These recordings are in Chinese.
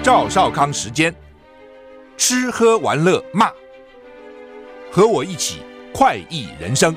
赵少康时间，吃喝玩乐骂，和我一起快意人生。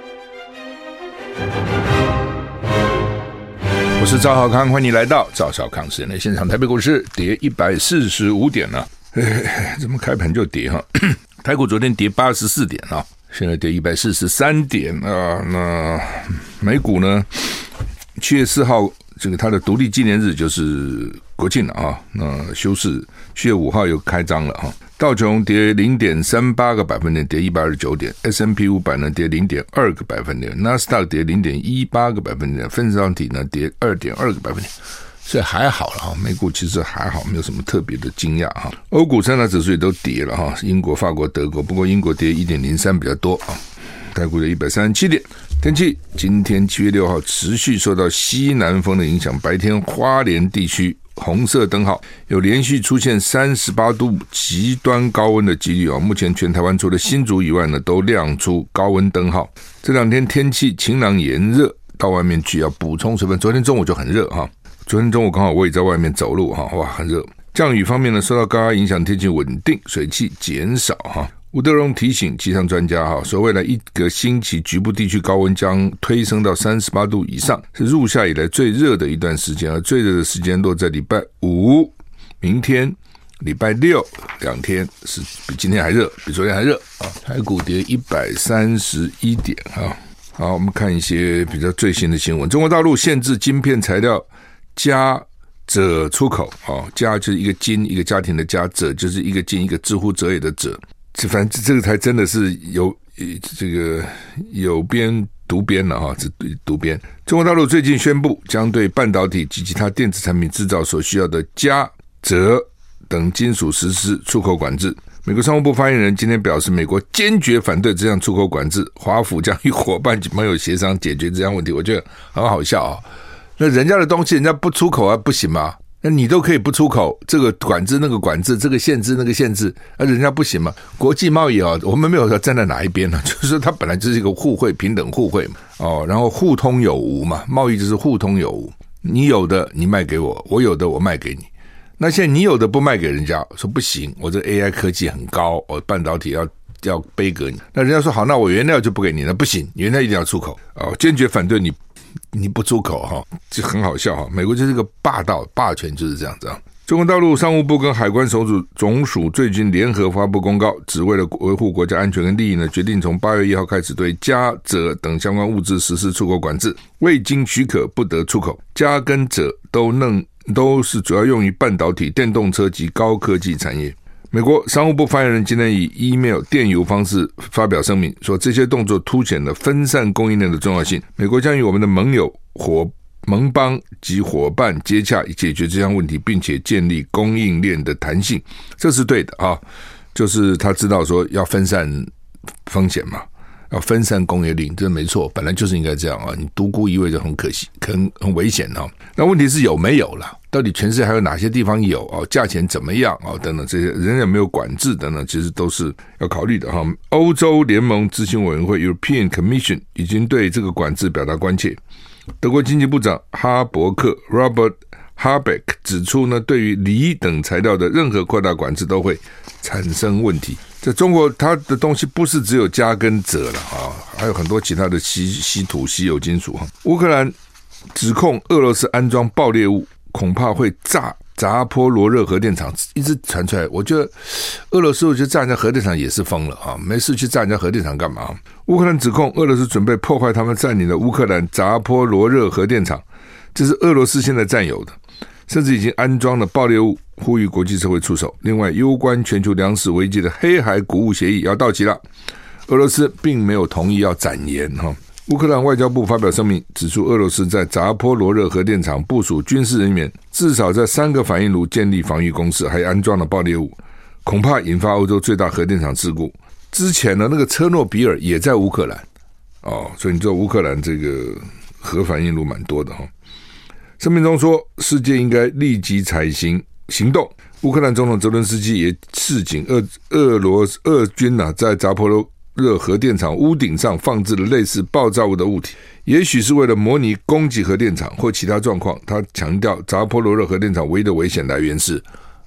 我是赵少康，欢迎你来到赵少康时间的现场。台北股市跌145点了，怎么开盘就跌哈？台股昨天跌84点啊，现在跌143点啊。那美股呢？7月4号这个它的独立纪念日就是国庆了啊，那休市。7月5号又开张了哈。道琼跌 0.38 个百分点，跌129点 S&P 500 呢跌 0.2 个百分点，纳斯达克跌 0.18 个百分点，分散体呢跌 2.2 个百分点，所以还好了哈。美股其实还好，没有什么特别的惊讶哈。欧股三大指数也都跌了哈，英国、法国、德国，不过英国跌 1.03 比较多啊。台股的137点。天气今天7月6号持续受到西南风的影响，白天花莲地区红色灯号有连续出现38度极端高温的几率啊！目前全台湾除了新竹以外呢，都亮出高温灯号。这两天天气晴朗炎热，到外面去要补充水分。昨天中午就很热哈，昨天中午刚好我也在外面走路哈，哇，很热。降雨方面呢，受到高压影响，天气稳定，水汽减少哈。吴德荣提醒气象专家说未来1个星期局部地区高温将推升到38度以上，是入夏以来最热的一段时间，而最热的时间落在礼拜5，明天礼拜62天是比今天还热，比昨天还热啊。台股跌131点啊。好，我们看一些比较最新的新闻。中国大陆限制晶片材料镓锗出口啊，镓就是一个金一个家庭的家，锗就是一个金一个知乎者也的者。反正这个才真的是有边读边了哈，是读边。中国大陆最近宣布将对半导体及其他电子产品制造所需要的镓、锗等金属实施出口管制。美国商务部发言人今天表示，美国坚决反对这项出口管制，华府将与伙伴及盟友协商解决这项问题。我觉得很好笑啊！那人家的东西人家不出口啊，不行吗？那你都可以不出口，这个管制那个管制，这个限制那个限制，人家不行嘛？国际贸易我们没有说站在哪一边呢，就是说它本来就是一个互惠平等互惠嘛，然后互通有无嘛，贸易就是互通有无，你有的你卖给我，我有的我卖给你。那现在你有的不卖给人家，说不行，我这 AI 科技很高，我半导体要背给你。那人家说好，那我原料就不给你，那不行，原料一定要出口，坚决反对你不出口哈，就很好笑哈。美国就是个霸权就是这样子啊。中国大陆商务部跟海关总署最近联合发布公告，只为了维护国家安全跟利益呢，决定从8月1号开始对镓、锗等相关物质实施出口管制，未经许可不得出口。镓跟锗都是主要用于半导体、电动车及高科技产业。美国商务部发言人今天以 email 电邮方式发表声明，说这些动作凸显了分散供应链的重要性。美国将与我们的盟友、盟邦及伙伴接洽，以解决这项问题，并且建立供应链的弹性。这是对的啊，就是他知道说要分散风险嘛，要分散供应链，这没错，本来就是应该这样啊。你独孤一味就很可惜，很危险啊。那问题是有没有啦？到底全世界还有哪些地方有价钱怎么样等等，这些人有没有管制等等，其实都是要考虑的哈。欧洲联盟执行委员会 European Commission 已经对这个管制表达关切。德国经济部长哈伯克 Robert Habeck 指出呢，对于锂等材料的任何扩大管制都会产生问题。在中国，它的东西不是只有镓跟锗了还有很多其他的稀土、稀有金属乌克兰指控俄罗斯安装爆裂物，恐怕会炸扎波罗热核电厂，一直传出来。我觉得俄罗斯去炸人家核电厂也是疯了没事去炸人家核电厂干嘛？乌克兰指控俄罗斯准备破坏他们占领的乌克兰扎波罗热核电厂，这是俄罗斯现在占有的，甚至已经安装了爆裂物，呼吁国际社会出手。另外，攸关全球粮食危机的黑海谷物协议要到期了，俄罗斯并没有同意要展延乌克兰外交部发表声明，指出俄罗斯在扎波罗热核电厂部署军事人员，至少在3个反应炉建立防御工事，还安装了爆裂物，恐怕引发欧洲最大核电厂事故。之前呢，那个车诺比尔也在乌克兰所以你知道乌克兰这个核反应炉蛮多的声明中说，世界应该立即采行动。乌克兰总统泽伦斯基也示警俄军在扎波罗热核电厂屋顶上放置了类似爆炸物的物体，也许是为了模拟攻击核电厂或其他状况。他强调扎波罗热核电厂唯一的危险来源是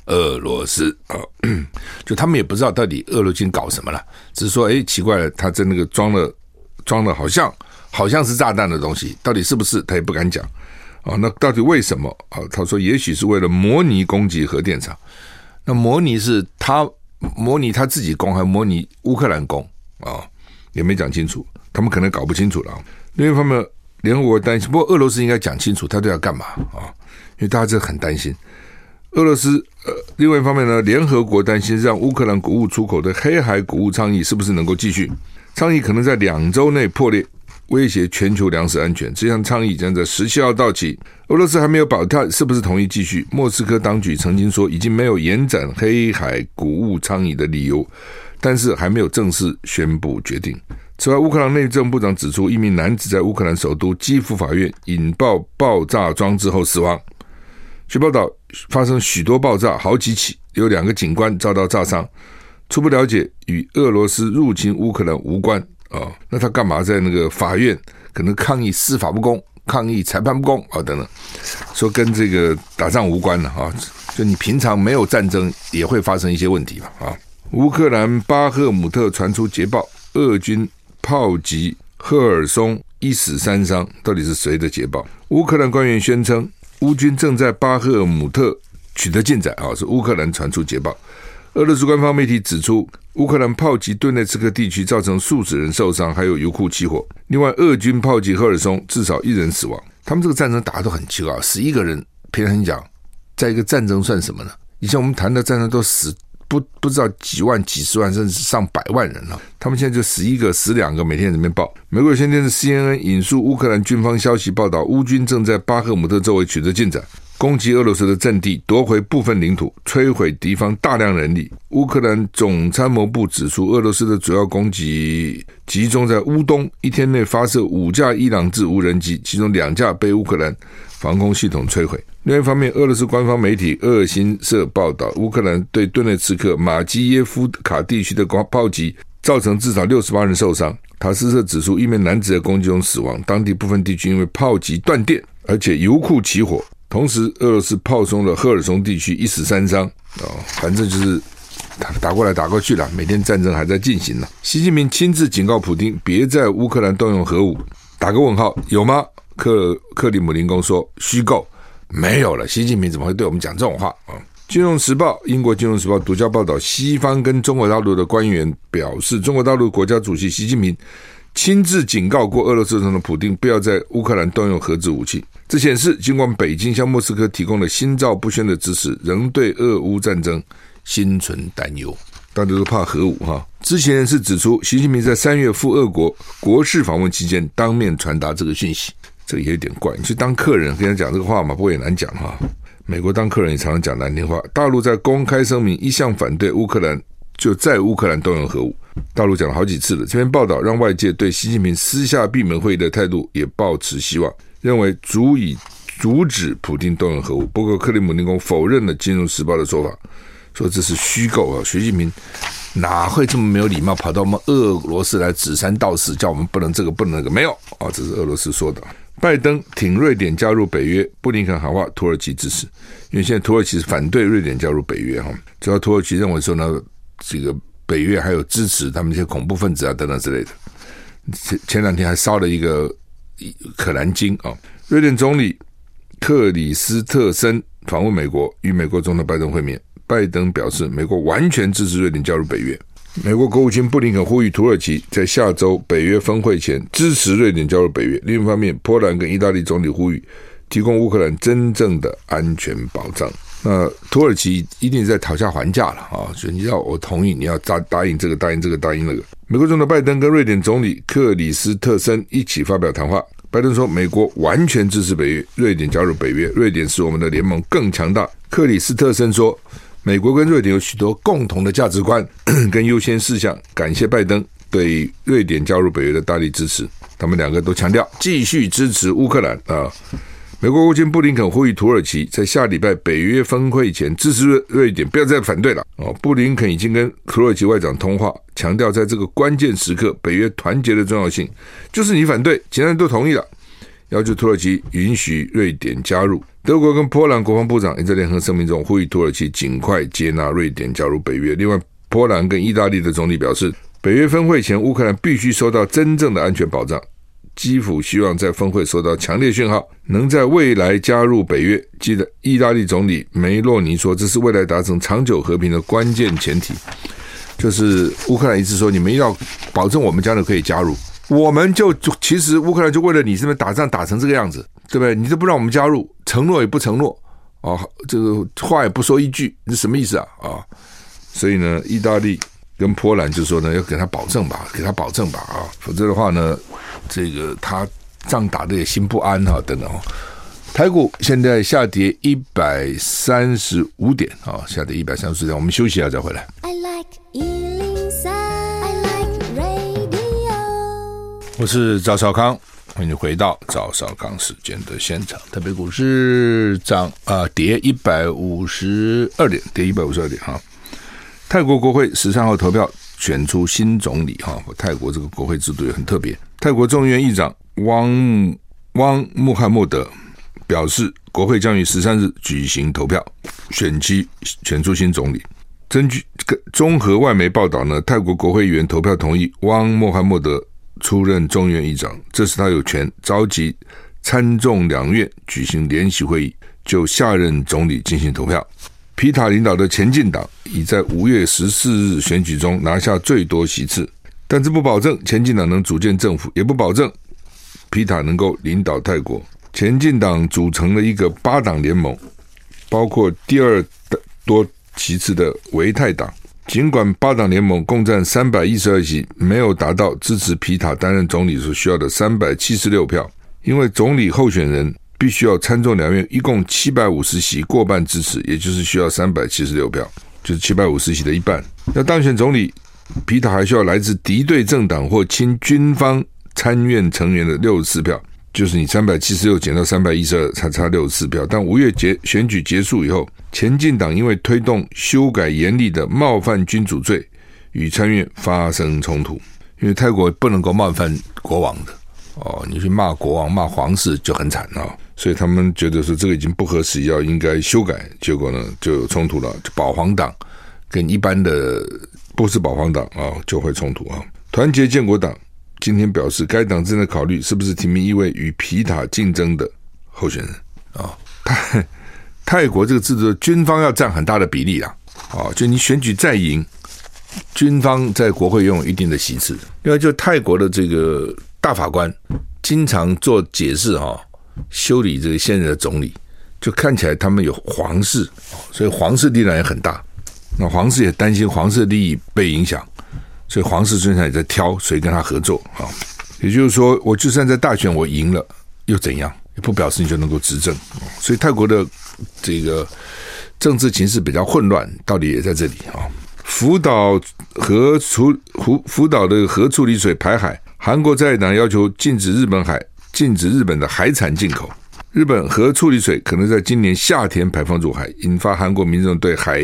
俄罗斯就他们也不知道到底俄罗斯搞什么了，只是说奇怪了，他在那个装了好像是炸弹的东西，到底是不是他也不敢讲那到底为什么他说也许是为了模拟攻击核电厂。那模拟他自己攻还是模拟乌克兰攻也没讲清楚，他们可能搞不清楚了。另一方面联合国担心，不过俄罗斯应该讲清楚他都要干嘛因为大家真的很担心俄罗斯另外一方面呢，联合国担心让乌克兰谷物出口的黑海谷物倡议是不是能够继续，倡议可能在2周内破裂，威胁全球粮食安全。这项倡议将在17号到期，俄罗斯还没有保他是不是同意继续。莫斯科当局曾经说已经没有延展黑海谷物倡议的理由，但是还没有正式宣布决定。此外，乌克兰内政部长指出，一名男子在乌克兰首都基辅法院引爆爆炸装置后死亡。据报道，发生许多爆炸，好几起，有2个警官遭到炸伤。初步了解，与俄罗斯入侵乌克兰无关那他干嘛在那个法院可能抗议司法不公、抗议裁判不公等等，说跟这个打仗无关了就你平常没有战争也会发生一些问题嘛乌克兰巴赫姆特传出捷报，俄军炮击赫尔松1死3伤，到底是谁的捷报？乌克兰官员宣称，乌军正在巴赫姆特取得进展是乌克兰传出捷报。俄罗斯官方媒体指出，乌克兰炮击顿涅茨克地区造成数十人受伤，还有油库起火。另外，俄军炮击赫尔松，至少1人死亡。他们这个战争打得都很奇怪，11个人，平常讲，在一个战争算什么呢？以前我们谈的战争都死不知道几万、几十万，甚至上百万人了。他们现在就11个、12个，每天在那边报。美国有线电视 CNN 引述乌克兰军方消息报道，乌军正在巴赫姆特周围取得进展，攻击俄罗斯的阵地，夺回部分领土，摧毁敌方大量人力。乌克兰总参谋部指出，俄罗斯的主要攻击集中在乌东，一天内发射5架伊朗制无人机，其中2架被乌克兰防空系统摧毁。另外一方面，俄罗斯官方媒体俄新社报道，乌克兰对顿涅茨克马基耶夫卡地区的炮击造成至少68人受伤。塔斯社指出，一名男子在攻击中死亡，当地部分地区因为炮击断电，而且油库起火。同时，俄罗斯炮松了赫尔松地区1死3伤反正就是打过来打过去了，每天战争还在进行了。习近平亲自警告普丁，别在乌克兰动用核武，打个问号，有吗？克里姆林宫说虚构，没有了。习近平怎么会对我们讲这种话金融时报，英国金融时报独家报道，西方跟中国大陆的官员表示，中国大陆国家主席习近平亲自警告过俄罗斯总统普丁，不要在乌克兰动用核子武器。这显示，尽管北京向莫斯科提供了心照不宣的支持，仍对俄乌战争心存担忧。大家都怕核武知情人士指出，习近平在3月赴俄国国事访问期间，当面传达这个讯息。这个也有点怪，你去当客人跟他讲这个话嘛，不过也难讲美国当客人也常常讲难听话。大陆在公开声明一向反对乌克兰就在乌克兰动用核武，大陆讲了好几次了。这篇报道让外界对习近平私下闭门会议的态度也抱持希望，认为足以阻止普丁动用核武。不过克里姆林宫否认了金融时报的说法，说这是虚构习近平哪会这么没有礼貌，跑到我们俄罗斯来指三道四，叫我们不能这个不能那个，没有这是俄罗斯说的。拜登挺瑞典加入北约，布林肯喊话土耳其支持，因为现在土耳其是反对瑞典加入北约主要土耳其认为说呢，这个北约还有支持他们一些恐怖分子等等之类的。前2天还烧了一个可兰经瑞典总理克里斯特森访问美国，与美国总统拜登会面。拜登表示，美国完全支持瑞典加入北约。美国国务卿布林肯呼吁土耳其在下周北约峰会前支持瑞典加入北约。另一方面，波兰跟意大利总理呼吁提供乌克兰真正的安全保障。那土耳其一定在讨价还价了所以你要我同意，你要答应这个答应这个答应那个。美国总统拜登跟瑞典总理克里斯特森一起发表谈话，拜登说美国完全支持北约，瑞典加入北约，瑞典使我们的联盟更强大。克里斯特森说美国跟瑞典有许多共同的价值观跟优先事项，感谢拜登对瑞典加入北约的大力支持。他们2个都强调继续支持乌克兰美国国务卿布林肯呼吁土耳其在下礼拜北约峰会前支持瑞典，不要再反对了布林肯已经跟土耳其外长通话，强调在这个关键时刻北约团结的重要性，就是你反对其他人都同意了， 要求土耳其允许瑞典加入。德国跟波兰国防部长也在联合声明中呼吁土耳其尽快接纳瑞典加入北约。另外，波兰跟意大利的总理表示，北约峰会前乌克兰必须收到真正的安全保障。基辅希望在峰会收到强烈讯号，能在未来加入北约。记得意大利总理梅洛尼说，这是未来达成长久和平的关键前提。就是乌克兰一直说，你们要保证我们将来可以加入，我们就其实乌克兰就为了你这边打仗打成这个样子，对不对？你都不让我们加入，承诺也不承诺啊，这个话也不说一句，你是什么意思啊？所以呢，意大利跟波兰就说呢，要给他保证吧，否则的话呢，这个他仗打得也心不安等等台股现在下跌135点下跌135点，我们休息一下再回来。I like 103, I like radio。 我是赵少康，欢迎回到赵少康时间的现场。台北股市跌152点，跌152点泰国国会13号投票选出新总理泰国这个国会制度也很特别。泰国众议院议长汪穆罕默德表示，国会将于13日举行投票，选出新总理。根据综合外媒报道呢，泰国国会议员投票同意汪穆罕默德出任众议院议长，这时他有权召集参众两院举行联席会议，就下任总理进行投票。皮塔领导的前进党已在5月14日选举中拿下最多席次，但这不保证前进党能组建政府，也不保证皮塔能够领导泰国。前进党组成了一个8党联盟，包括第二多席次的维泰党。尽管8党联盟共占312席，没有达到支持皮塔担任总理所需要的376票，因为总理候选人必须要参众两院一共750席过半支持，也就是需要376票，就是750席的一半。要当选总理，皮塔还需要来自敌对政党或亲军方参院成员的64票，就是你376减到312才差64票。但5月选举结束以后，前进党因为推动修改严厉的冒犯君主罪，与参院发生冲突。因为泰国不能够冒犯国王的你去骂国王骂皇室就很惨所以他们觉得说这个已经不合时宜，应该修改。结果呢就有冲突了，就保皇党跟一般的不是保皇党就会冲突团结建国党今天表示，该党正在考虑是不是提名一位与皮塔竞争的候选人泰国这个制度，军方要占很大的比例啦就你选举再赢，军方在国会拥有一定的席次。另外，就泰国的这个大法官经常做解释修理这个现任的总理，就看起来他们有皇室所以皇室力量也很大。那皇室也担心皇室的利益被影响，所以皇室经常也在挑谁跟他合作也就是说，我就算在大选我赢了又怎样，也不表示你就能够执政所以泰国的这个政治情势比较混乱，道理也在这里福岛的核处理水排海，韩国在野党要求禁止日本的海产进口。日本核处理水可能在今年夏天排放入海，引发韩国民众对海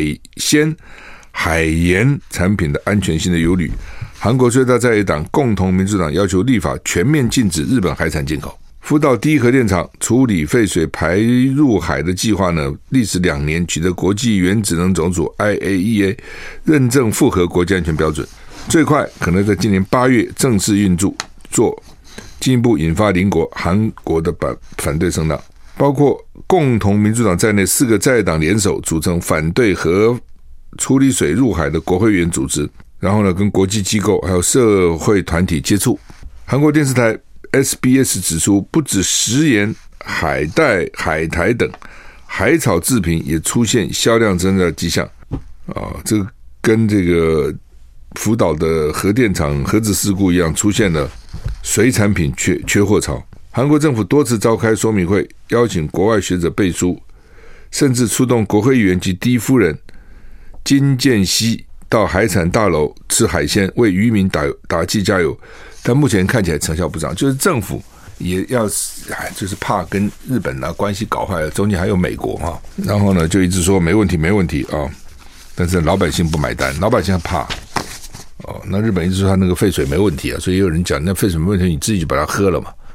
盐产品的安全性的忧虑。韩国最大在野党共同民主党要求立法全面禁止日本海产进口。福岛第一核电厂处理废水排入海的计划呢，历时2年，取得国际原子能总署 IAEA 认证符合国际安全标准，最快可能在今年8月正式运作，进一步引发邻国韩国的反对声浪。包括共同民主党在内4个在野党联手组成反对核处理水入海的国会议员组织，然后呢跟国际机构还有社会团体接触。韩国电视台 SBS 指出，不止食盐、海带、海苔等海草制品也出现销量增加的迹象这个跟这个福岛的核电厂核子事故一样，出现了水产品缺货潮。韩国政府多次召开说明会，邀请国外学者背书，甚至出动国会议员及第一夫人金建熙到海产大楼吃海鲜，为渔民打气加油。但目前看起来成效不彰，就是政府也要就是怕跟日本关系搞坏了，中间还有美国然后呢就一直说没问题但是老百姓不买单，老百姓怕那日本一直说他那个废水没问题所以也有人讲那废水没问题，你自己就把它喝了嘛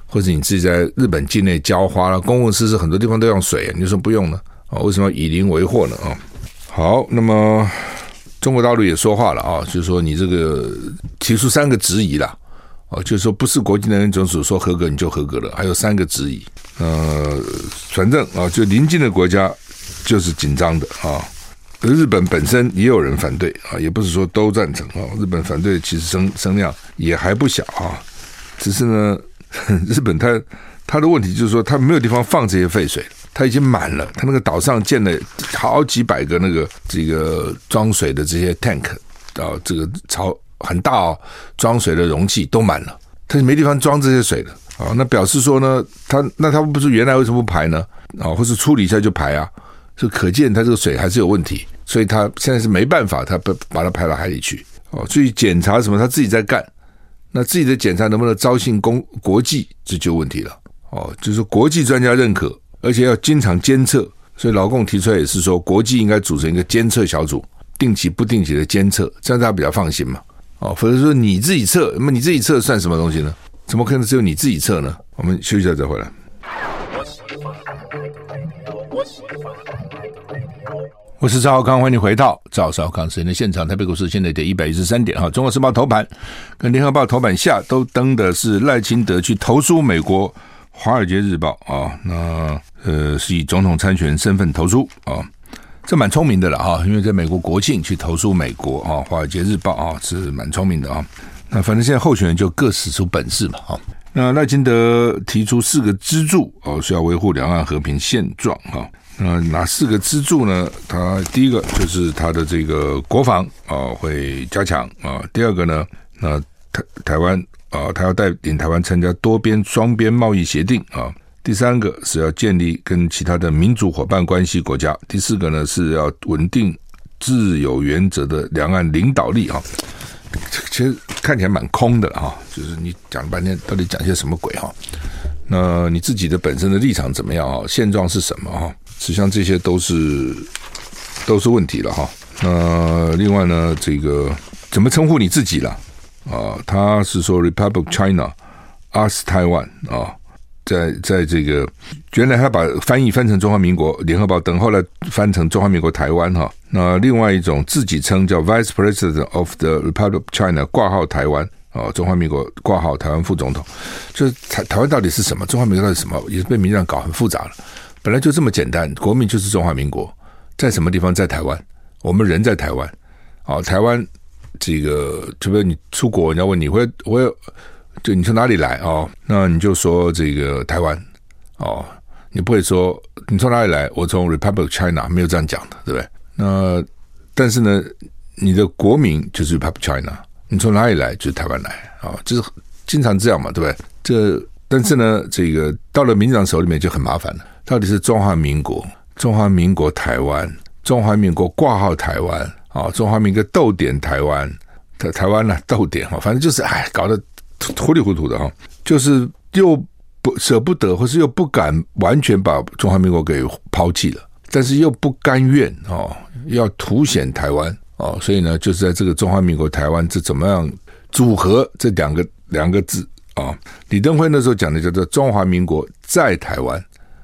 或者你自己在日本境内浇花了，公共设施很多地方都用水，你就说不用呢？为什么要以邻为壑呢？好，那么中国大陆也说话了就是说你这个提出3个质疑啦，就是说不是国际能源总署说合格你就合格了，还有3个质疑。反正就邻近的国家就是紧张的日本本身也有人反对也不是说都赞成日本反对其实声量也还不小只是呢，日本它的问题就是说它没有地方放这些废水，它已经满了，它那个岛上建了好几百个这个装水的这些 tank 这个很大装水的容器都满了，它就没地方装这些水了那表示说呢，它不是原来为什么不排呢或是处理一下就排就可见它这个水还是有问题，所以它现在是没办法，它把它排到海里去至于检查什么，它自己在干，那自己的检查能不能招信国际，这就有问题了就是国际专家认可，而且要经常监测，所以劳共提出来也是说，国际应该组成一个监测小组，定期不定期的监测，这样大家比较放心嘛否则说你自己测，那么你自己测算什么东西呢？怎么可能只有你自己测呢？我们休息一下再回来。我是赵少康，欢迎回到赵少康时间的现场。台北股市现在跌113点中国时报头版跟联合报头版下都登的是赖清德去投书美国华尔街日报是以总统参选身份投书这蛮聪明的了因为在美国国庆去投书美国华尔街日报是蛮聪明的那反正现在候选人就各使出本事嘛那赖清德提出4个支柱是要维护两岸和平现状哪4个支柱呢？他第一个就是他的这个国防会加强第二个呢，台湾他要带领台湾参加多边双边贸易协定第3个是要建立跟其他的民主伙伴关系国家，第4个呢是要稳定自有原则的两岸领导力其实看起来蛮空的就是你讲了半天到底讲些什么鬼那你自己的本身的立场怎么样现状是什么实际上这些都是问题了那另外呢，这个怎么称呼你自己了他是说 Republic of China Us Taiwan在这个原来他把翻译翻成中华民国联合报等，后来翻成中华民国台湾那另外一种自己称叫 Vice President of the Republic of China 挂号台湾中华民国挂号台湾副总统，就是台湾到底是什么，中华民国到底是什么，也是被民进党搞很复杂了。本来就这么简单，国民就是中华民国，在什么地方，在台湾，我们人在台湾台湾这个除非你出国，人家问你就你从哪里来那你就说这个台湾你不会说你从哪里来，我从 Republic of China， 没有这样讲的，对不对？那但是呢，你的国名就是 Republic of China， 你从哪里来就是台湾来就是经常这样嘛，对不对？但是呢，这个到了民进党手里面就很麻烦了，到底是中华民国、中华民国台湾、中华民国挂号台湾中华民国逗点台湾台湾逗点反正就是搞得糊里糊涂的就是又不舍不得，或是又不敢完全把中华民国给抛弃了，但是又不甘愿要凸显台湾所以呢，就是在这个中华民国台湾这怎么样组合这两个字李登辉那时候讲的叫做中华民国在台湾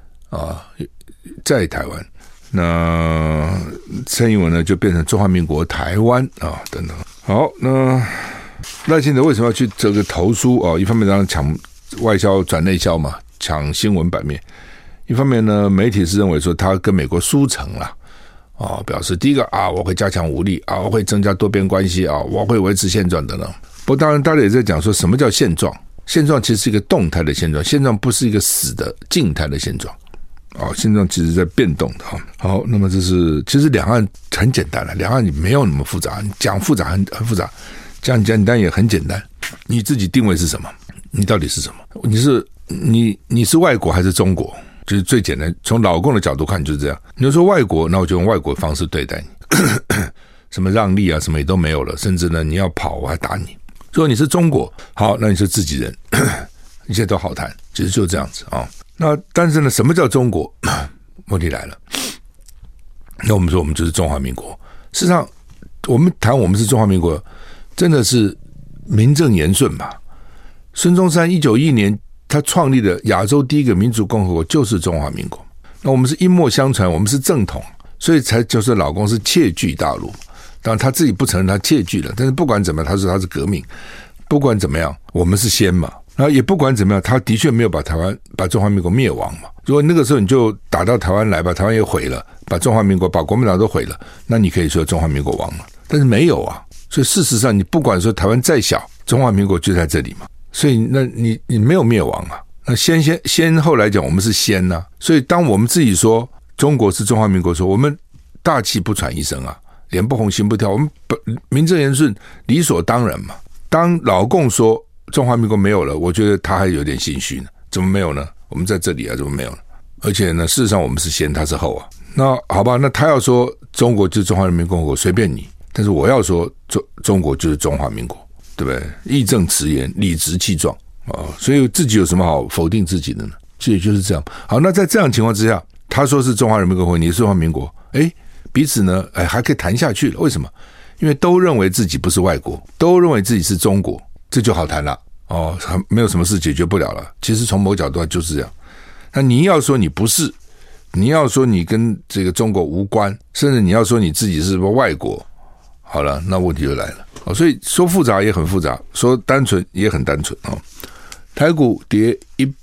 在台湾，那蔡英文呢就变成中华民国台湾等等。好，那赖清德为什么要去这个投书一方面当然抢外销转内销嘛，抢新闻版面；一方面呢，媒体是认为说他跟美国书成了表示第一个我会加强武力我会增加多边关系我会维持现状等等。不过当然大家也在讲说什么叫现状，现状其实是一个动态的现状，现状不是一个死的静态的现状现状其实在变动的好，那么这是其实两岸很简单了，两岸没有那么复杂，你讲复杂很复杂，讲简单也很简单，你自己定位是什么，你到底是什么，你是外国还是中国，就是最简单，从老共的角度看就是这样。你就说外国，那我就用外国的方式对待你什么让利什么也都没有了，甚至呢你要跑我还打你。如果你是中国，好，那你是自己人一切都好谈，其实就这样子那但是呢，什么叫中国？问题来了，那我们说我们就是中华民国。事实上，我们谈我们是中华民国，真的是名正言顺吧？孙中山1911年他创立的亚洲第一个民主共和国就是中华民国。那我们是一脉相传，我们是正统，所以才就是老公是窃据大陆。当然他自己不承认他窃据了，但是不管怎么样，他说他是革命。不管怎么样，我们是先嘛。然后也不管怎么样，他的确没有把中华民国灭亡嘛。如果那个时候你就打到台湾来，把台湾也毁了，把中华民国、把国民党都毁了，那你可以说中华民国亡了。但是没有啊，所以事实上你不管说台湾再小，中华民国就在这里嘛。所以那你没有灭亡啊。那先后来讲，我们是先啊。所以当我们自己说中国是中华民国，说我们大气不喘一声啊，脸不红心不跳，我们名正言顺，理所当然嘛。当老共说中华民国没有了，我觉得他还有点心虚呢。怎么没有呢？我们在这里啊，怎么没有呢？而且呢，事实上我们是先，他是后啊。那好吧，那他要说中国就是中华人民共和国，随便你。但是我要说中国就是中华民国，对不对？义正辞严，理直气壮啊！所以自己有什么好否定自己的呢？这也就是这样。好，那在这样的情况之下，他说是中华人民共和国，你是中华民国，彼此呢，还可以谈下去了。为什么？因为都认为自己不是外国，都认为自己是中国，这就好谈了哦，没有什么事解决不了了。其实从某角度就是这样。那你要说你不是，你要说你跟这个中国无关，甚至你要说你自己是外国，好了，那问题就来了。所以说复杂也很复杂，说单纯也很单纯哦。台股跌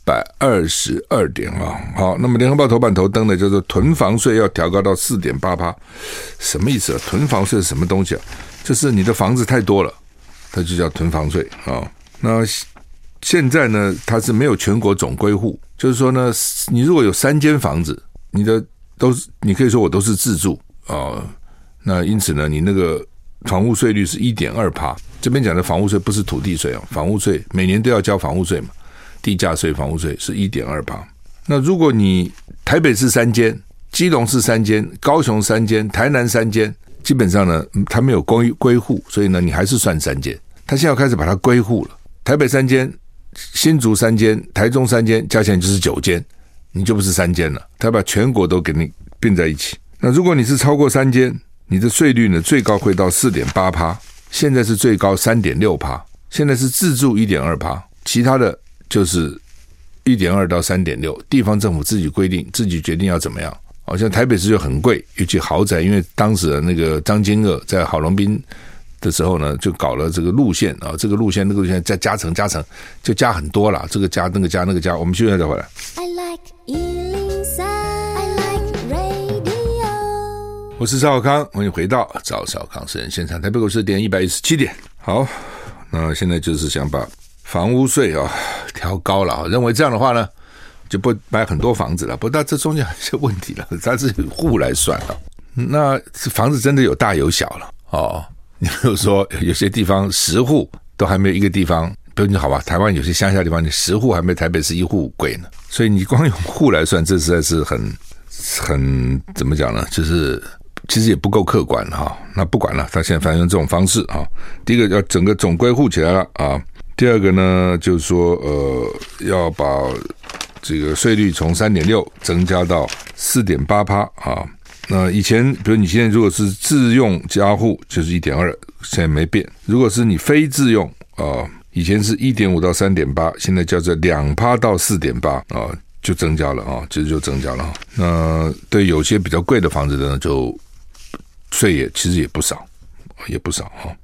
122点啊，好，那么联合报头版头登的叫做囤房税要调高到 4.8%， 什么意思啊？囤房税是什么东西啊？就是你的房子太多了，它就叫囤房税啊。那现在呢，它是没有全国总归户，就是说呢，你如果有3间房子，你可以说我都是自住啊，那因此呢，你那个房屋税率是 1.2%。这边讲的房屋税不是土地税啊，房屋税每年都要交房屋税嘛，地价税、房屋税是 1.2%。那如果你台北市3间，基隆市3间，高雄3间，台南3间，基本上呢，它没有归户，所以呢，你还是算3间。他现在要开始把它归户了，台北3间，新竹3间，台中3间，加起来就是9间，你就不是3间了，他把全国都给你并在一起。那如果你是超过3间，你的税率呢，最高会到 4.8%。现在是最高 3.6%， 现在是自住 1.2%， 其他的就是 1.2 到 3.6%， 地方政府自己规定，自己决定要怎么样。好像台北市就很贵，尤其豪宅，因为当时的那个张金锷在郝龙斌的时候呢，就搞了这个路线啊，这个路线那个路线加成，就加很多啦，这个加那个加那个加。我们休息一下再回来。I like 我是赵少康，欢迎回到赵少康私人现场。台北股市跌117点。好，那现在就是想把房屋税调高了，认为这样的话呢，就不买很多房子了。不过这中间还是问题了，它是户来算了。那房子真的有大有小了哦。你比如说有些地方10户都还没有一个地方，比如你好吧，台湾有些乡下地方，你10户还没台北市1户贵呢。所以你光用户来算，这实在是很怎么讲呢？就是其实也不够客观哈。那不管了，他现在反正用这种方式啊。第一个要整个总归户起来了啊。第二个呢，就是说要把这个税率从 3.6 增加到 4.8% 啊。那以前比如你现在如果是自用家户就是 1.2， 现在没变。如果是你非自用以前是 1.5 到 3.8， 现在叫做 2% 到 4.8 啊，就增加了啊，其实就增加了。那对有些比较贵的房子呢，就税其实也不少哈。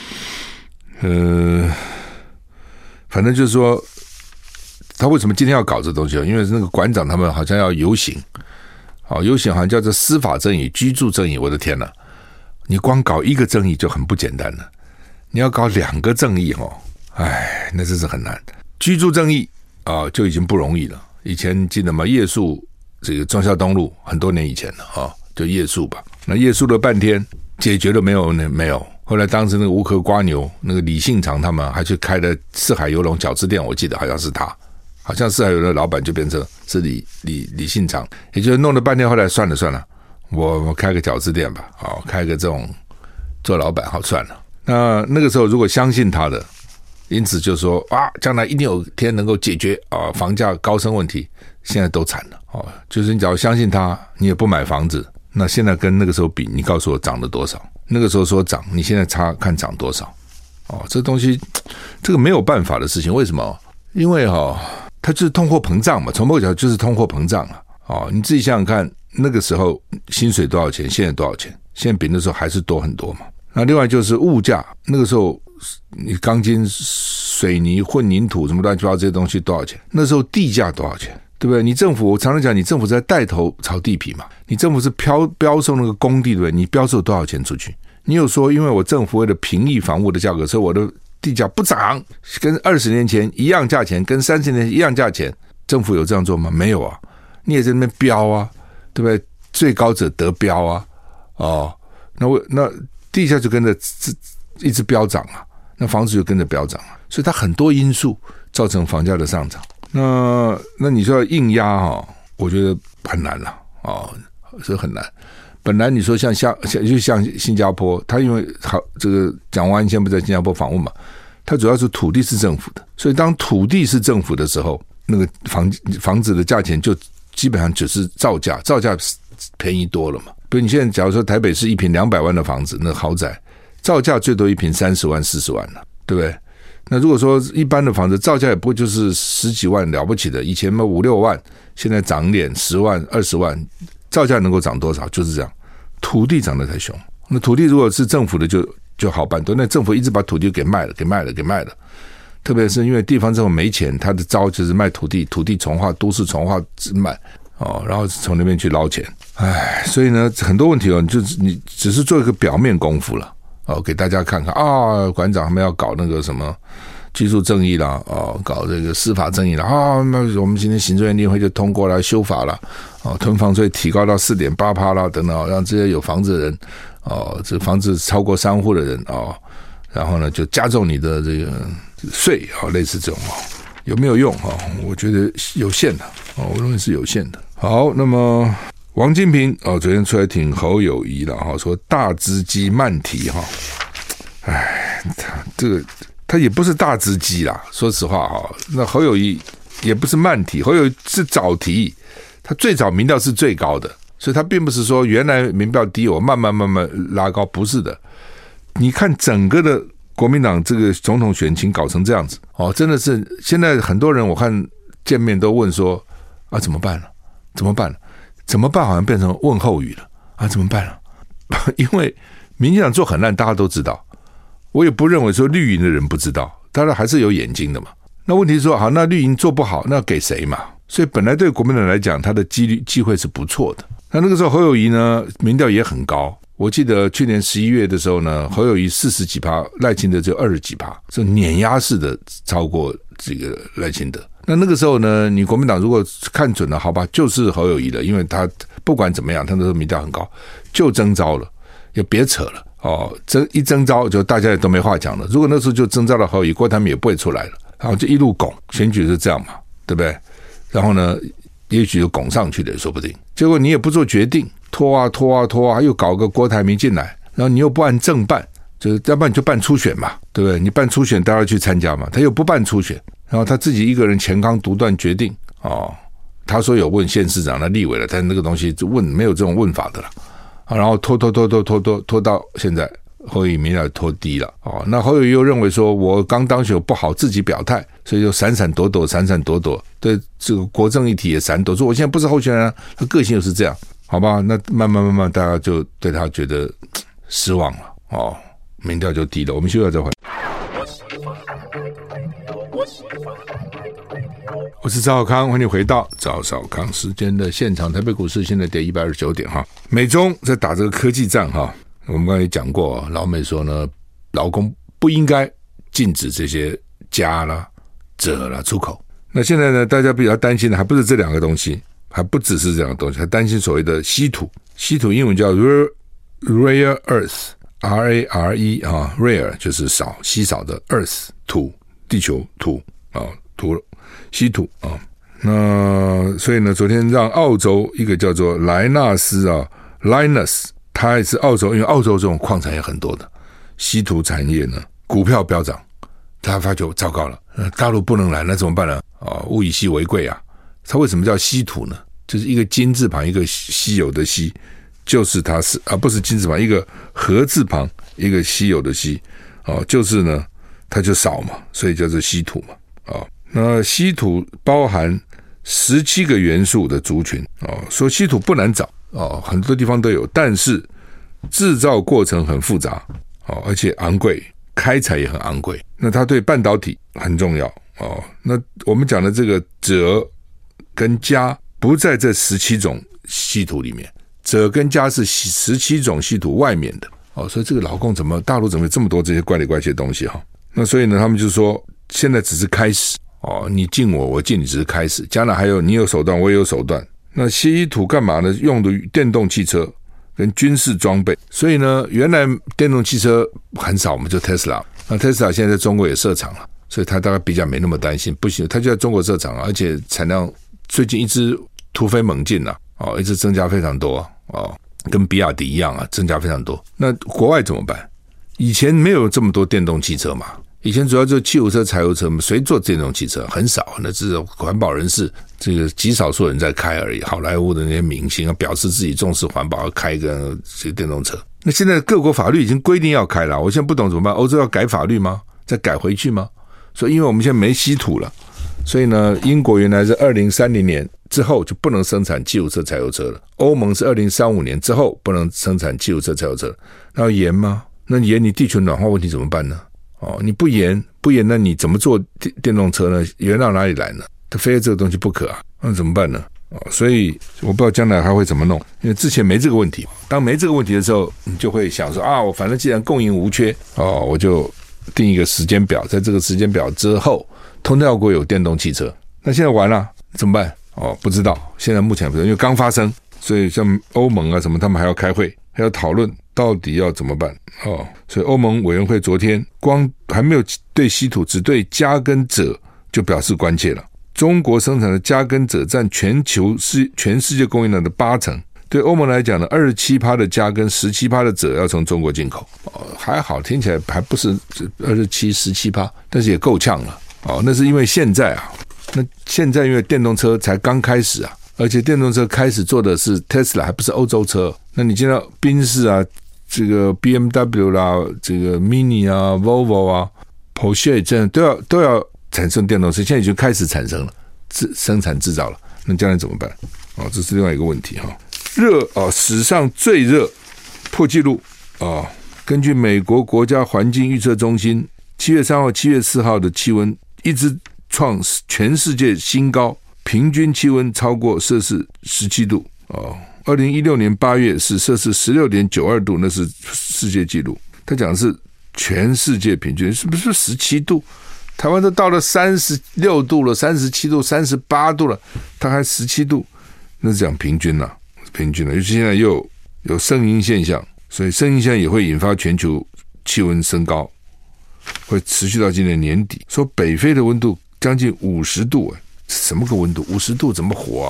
反正就是说，他为什么今天要搞这东西？因为那个馆长他们好像要游行，游行好像叫做司法正义、居住正义。我的天哪，你光搞一个正义就很不简单了，你要搞2个正义那真是很难。居住正义就已经不容易了。以前记得吗？夜宿这个忠孝东路很多年以前了就夜宿吧。那夜宿了半天，解决了没有呢？没有。后来当时那个无壳瓜牛那个李信长他们还去开了四海游龙饺子店，我记得好像是他，好像四海游龙的老板就变成是李信长，也就是弄了半天，后来算了，我开个饺子店吧，开个这种做老板好算了。那个时候如果相信他的，因此就说将来一定有天能够解决房价高升问题，现在都惨了就是你只要相信他，你也不买房子，那现在跟那个时候比，你告诉我涨了多少？那个时候说涨，你现在看涨多少？这东西这个没有办法的事情。为什么？因为它就是通货膨胀嘛，从某个角度就是通货膨胀啊。你自己想想看，那个时候薪水多少钱，现在多少钱？现在比那时候还是多很多嘛。那另外就是物价，那个时候你钢筋、水泥、混凝土什么乱七八糟这些东西多少钱？那时候地价多少钱？对不对？你政府，我常常讲，你政府在带头炒地皮嘛，你政府是标售那个工地，对不对？你标售多少钱出去？你有说，因为我政府为了平抑房屋的价格，所以我的地价不涨，跟20年前一样价钱，跟30年前一样价钱，政府有这样做吗？没有啊，你也在那边标啊，对不对？最高者得标啊，那地价就跟着一直飙涨啊，那房子就跟着飙涨啊，所以它很多因素造成房价的上涨。那你说要硬压我觉得很难了这很难。本来你说就像新加坡，他因为这个蒋万安先不在新加坡访问嘛，他主要是土地是政府的，所以当土地是政府的时候，那个房子的价钱就基本上只是造价便宜多了嘛。比如你现在假如说台北市一坪200万的房子，那豪宅造价最多一坪30万40万了，对不对？那如果说一般的房子造价也不会就是10几万了不起的，以前嘛5、6万，现在涨点10万20万，造价能够涨多少？就是这样。土地涨得太凶，那土地如果是政府的就好办多，那政府一直把土地给卖了，特别是因为地方政府没钱，他的招就是卖土地重划、都市重划卖然后从那边去捞钱。所以呢，很多问题你只是做一个表面功夫了给大家看看馆长他们要搞那个什么居住正义啦搞这个司法正义啦那我们今天行政院例会就通过了修法了囤房税提高到 4.8% 啦等等让这些有房子的人这房子超过3户的人然后呢就加重你的这个税类似这种有没有用我觉得有限的我认为是有限的。好，那么王金平昨天出来挺侯友宜了说大只鸡慢提他也不是大只鸡啦，说实话那侯友宜也不是慢提，侯友宜是早提，他最早民调是最高的，所以他并不是说原来民调低我慢慢拉高，不是的。你看整个的国民党这个总统选情搞成这样子真的是现在很多人我看见面都问说怎么办了？好像变成问候语了怎么办了？因为民进党做很烂，大家都知道。我也不认为说绿营的人不知道，当然还是有眼睛的嘛。那问题是说，好，那绿营做不好，那要给谁嘛？所以本来对国民党来讲，他的机会是不错的。那个时候侯友宜呢，民调也很高。我记得去年11月的时候呢，侯友宜40几%，赖清德只有20几%，是碾压式的超过这个赖清德。那个时候呢，你国民党如果看准了，好吧，就是侯友宜了，因为他不管怎么样，他那时候民调很高，就征召了，也别扯了。一征召就大家也都没话讲了。如果那时候就征召了侯友宜，郭台铭也不会出来了，然后就一路拱，选举是这样嘛，对不对？然后呢，也许就拱上去了，说不定。结果你也不做决定，拖啊，又搞个郭台铭进来，然后你又不按正办，就是要不然你就办初选嘛，对不对？你办初选，大家去参加嘛，他又不办初选，然后他自己一个人前康独断决定他说有问县市长的立委了，但是那个东西就没有这种问法的了。然后拖到现在，侯友宜民调拖低了那侯友宜又认为说我刚当选不好自己表态，所以就闪闪躲躲，对这个国政议题也闪躲，说我现在不是候选人他个性又是这样，好吧？那慢慢大家就对他觉得失望了民调就低了。我们休息再回来。我是赵少康，欢迎回到赵少康时间的现场。台北股市现在跌129点美中在打这个科技战我们刚才也讲过，老美说呢，劳工不应该禁止这些镓啦、锗啦出口。那现在呢，大家比较担心的还不是这两个东西，还不只是这两个东西，还担心所谓的稀土。稀土英文叫 rare earth。RARE rare 就是稀少的 earth 土，地球土土稀土那所以呢，昨天让澳洲一个叫做莱纳斯Linus， 它也是澳洲，因为澳洲这种矿产也很多的稀土产业呢，股票飙涨，他发觉糟糕了，大陆不能来，那怎么办呢？物以稀为贵它为什么叫稀土呢？就是一个金字旁，一个稀有的稀。就是它是不是金字旁，一个禾字旁，一个稀有的稀就是呢它就少嘛，所以叫做稀土嘛那稀土包含17个元素的族群说稀土不难找很多地方都有，但是制造过程很复杂而且昂贵，开采也很昂贵。那它对半导体很重要那我们讲的这个锗跟镓不在这17种稀土里面，锗跟镓是17种稀土外面的所以这个老共大陆怎么有这么多这些怪里怪气的东西那所以呢，他们就说现在只是开始你敬我，我敬你，只是开始，将来还有你有手段，我也有手段。那稀土干嘛呢？用的电动汽车跟军事装备。所以呢，原来电动汽车很少，我们就 Tesla。那 Tesla 现在在中国也设厂了，所以他大概比较没那么担心。不行，他就在中国设厂，而且产量最近一直突飞猛进一直增加非常多跟比亚迪一样增加非常多。那国外怎么办？以前没有这么多电动汽车嘛。以前主要就是汽油车、柴油车嘛，谁做电动汽车？很少，那是环保人士，这个极少数人在开而已。好莱坞的那些明星表示自己重视环保，要开一个电动车。那现在各国法律已经规定要开了，我现在不懂怎么办？欧洲要改法律吗？再改回去吗？所以因为我们现在没稀土了，所以呢，英国原来是2030年之后就不能生产汽油车、柴油车了。欧盟是2035年之后不能生产汽油车、柴油车了。那要严吗？那严你地球暖化问题怎么办呢？你不严，那你怎么做电动车呢？原料哪里来呢？它非要这个东西不可那怎么办呢？所以我不知道将来还会怎么弄，因为之前没这个问题。当没这个问题的时候，你就会想说我反正既然供应无缺我就定一个时间表，在这个时间表之后，通通要国有电动汽车。那现在完了怎么办？不知道，现在目前不知道，因为刚发生，所以像欧盟什么，他们还要开会，还要讨论到底要怎么办所以欧盟委员会昨天光还没有对稀土，只对镓跟锗就表示关切了。中国生产的镓跟锗占全世界供应量的80%，对欧盟来讲呢 27% 的镓跟 17% 的锗要从中国进口还好，听起来还不是27-17%，但是也够呛了那是因为现在那现在因为电动车才刚开始而且电动车开始做的是 Tesla， 还不是欧洲车。那你见到宾士这个 BMW 啦，这个 Mini Volvo Porsche 这样都要产生电动车，现在已经开始产生了，生产制造了。那将来怎么办这是另外一个问题史上最热破纪录根据美国国家环境预测中心7月3号、7月4号的气温一直创全世界新高，平均气温超过摄氏17度2016年8月是摄氏16.92度，那是世界纪录。他讲的是全世界平均，是不是17度？台湾都到了36度了，37度、38度了，他还17度，那是讲平均了。尤其现在又有声音现象，所以声音现象也会引发全球气温升高，会持续到今年年底。说北非的温度将近50度什么个温度？50度怎么活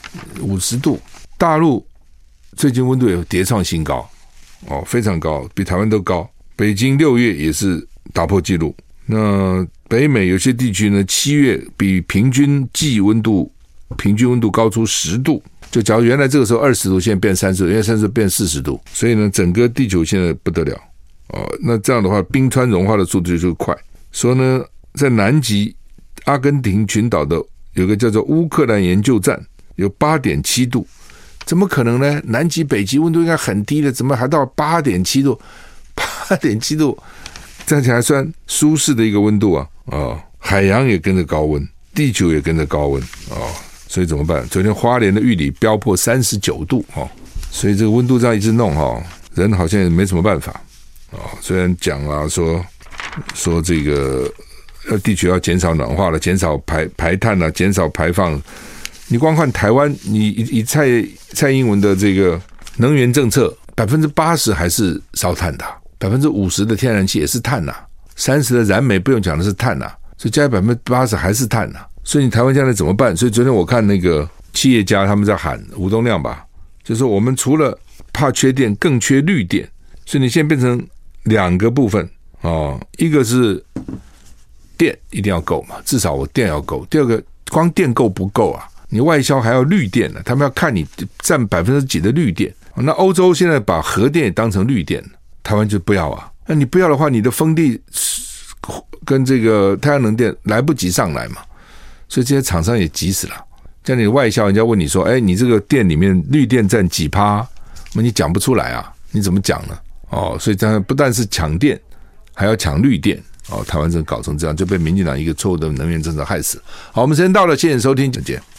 50度，大陆最近温度也跌创新高非常高，比台湾都高。北京6月也是打破纪录。那北美有些地区呢，7月比平均温度高出10度。就假如原来这个时候20度，现在变30度，因为30度变40度，所以呢，整个地球现在不得了那这样的话，冰川融化的速度就快。说呢，在南极阿根廷群岛的有个叫做乌克兰研究站，有 8.7 度，怎么可能呢？南极北极温度应该很低的，怎么还到 8.7 度？8.7 度这样起来还算舒适的一个温度海洋也跟着高温，地球也跟着高温所以怎么办？昨天花莲的玉里飙破39度所以这个温度这样一直弄人好像也没什么办法虽然讲说这个地球要减少暖化了，减少排碳了，减少排放。你光看台湾，你以蔡英文的这个能源政策，80%还是烧炭的，50%的天然气也是碳30%的燃煤不用讲的是碳所以加80%还是碳所以你台湾将来怎么办？所以昨天我看那个企业家他们在喊，吴东亮吧，就是说我们除了怕缺电，更缺绿电，所以你现在变成2个部分一个是电一定要够嘛，至少我电要够。第二个，光电够不够你外销还要绿电他们要看你占几% 的绿电。那欧洲现在把核电也当成绿电，台湾就不要那你不要的话，你的风力跟这个太阳能电来不及上来嘛， 所以这些厂商也急死了。像你外销，人家问你说，你这个店里面绿电占几%，你讲不出来啊，你怎么讲呢？所以这样不但是抢电，还要抢绿电。台湾真的搞成这样，就被民进党一个错误的能源政策害死。好，我们时间到了，谢谢收听，再见。